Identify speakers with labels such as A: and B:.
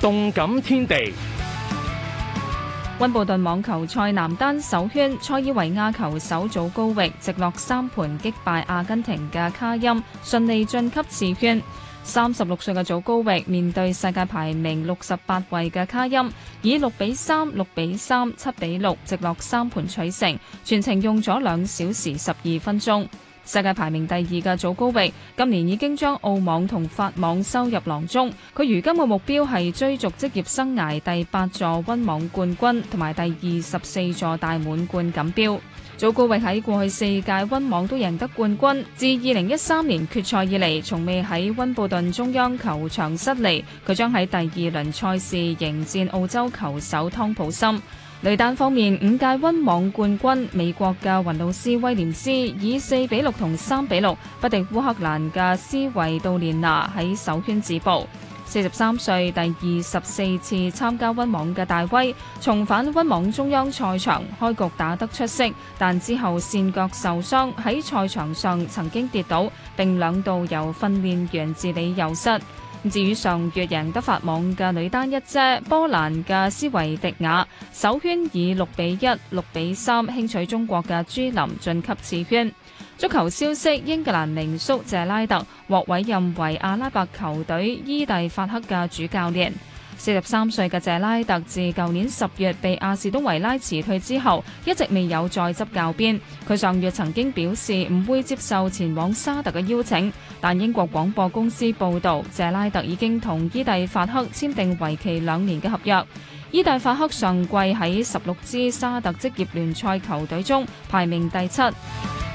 A: 動感天地。
B: 溫布頓網球賽男單首圈，塞爾維亞球手祖高域直落3盤擊敗阿根廷嘅卡欽，順利晉級次圈。36歲嘅祖高域面對世界排名68位嘅卡欽，以6-3、6-3、7-6直落3盤取勝，全程用咗2小時12分鐘。世界排名第2嘅祖高域今年已經將澳網同法網收入囊中，佢如今嘅目標係追逐職業生涯第8座溫網冠軍同埋第24座大滿貫錦標。祖高域喺過去4屆溫網都贏得冠軍，自2013年決賽以嚟從未喺溫布頓中央球場失利。佢將喺第2輪賽事迎戰澳洲球手湯普森。女單方面，5屆溫網冠軍美國嘅雲露絲威廉斯以4-6同3-6不敵烏克蘭嘅斯維杜連娜，喺首圈止步。43歲第24次參加溫網嘅大威重返溫網中央賽場，開局打得出色，但之後跣腳受傷，喺賽場上曾經跌倒，並2度由訓練員治理右膝。至於上月贏得法網嘅女單一姐波蘭嘅斯維迪亞，首圈以6-1、6-3輕取中國嘅朱琳，晉級次圈。足球消息，英格蘭名宿謝拉特獲委任為阿拉伯球隊伊蒂法克嘅主教練。43歲嘅謝拉特自舊年10月被阿士東維拉辭退之後，一直未有再執教鞭。佢上月曾經表示唔會接受前往沙特嘅邀請，但英國廣播公司報導，謝拉特已經同伊蒂法克簽訂為期2年嘅合約。伊蒂法克上季喺16支沙特職業聯賽球隊中排名第7。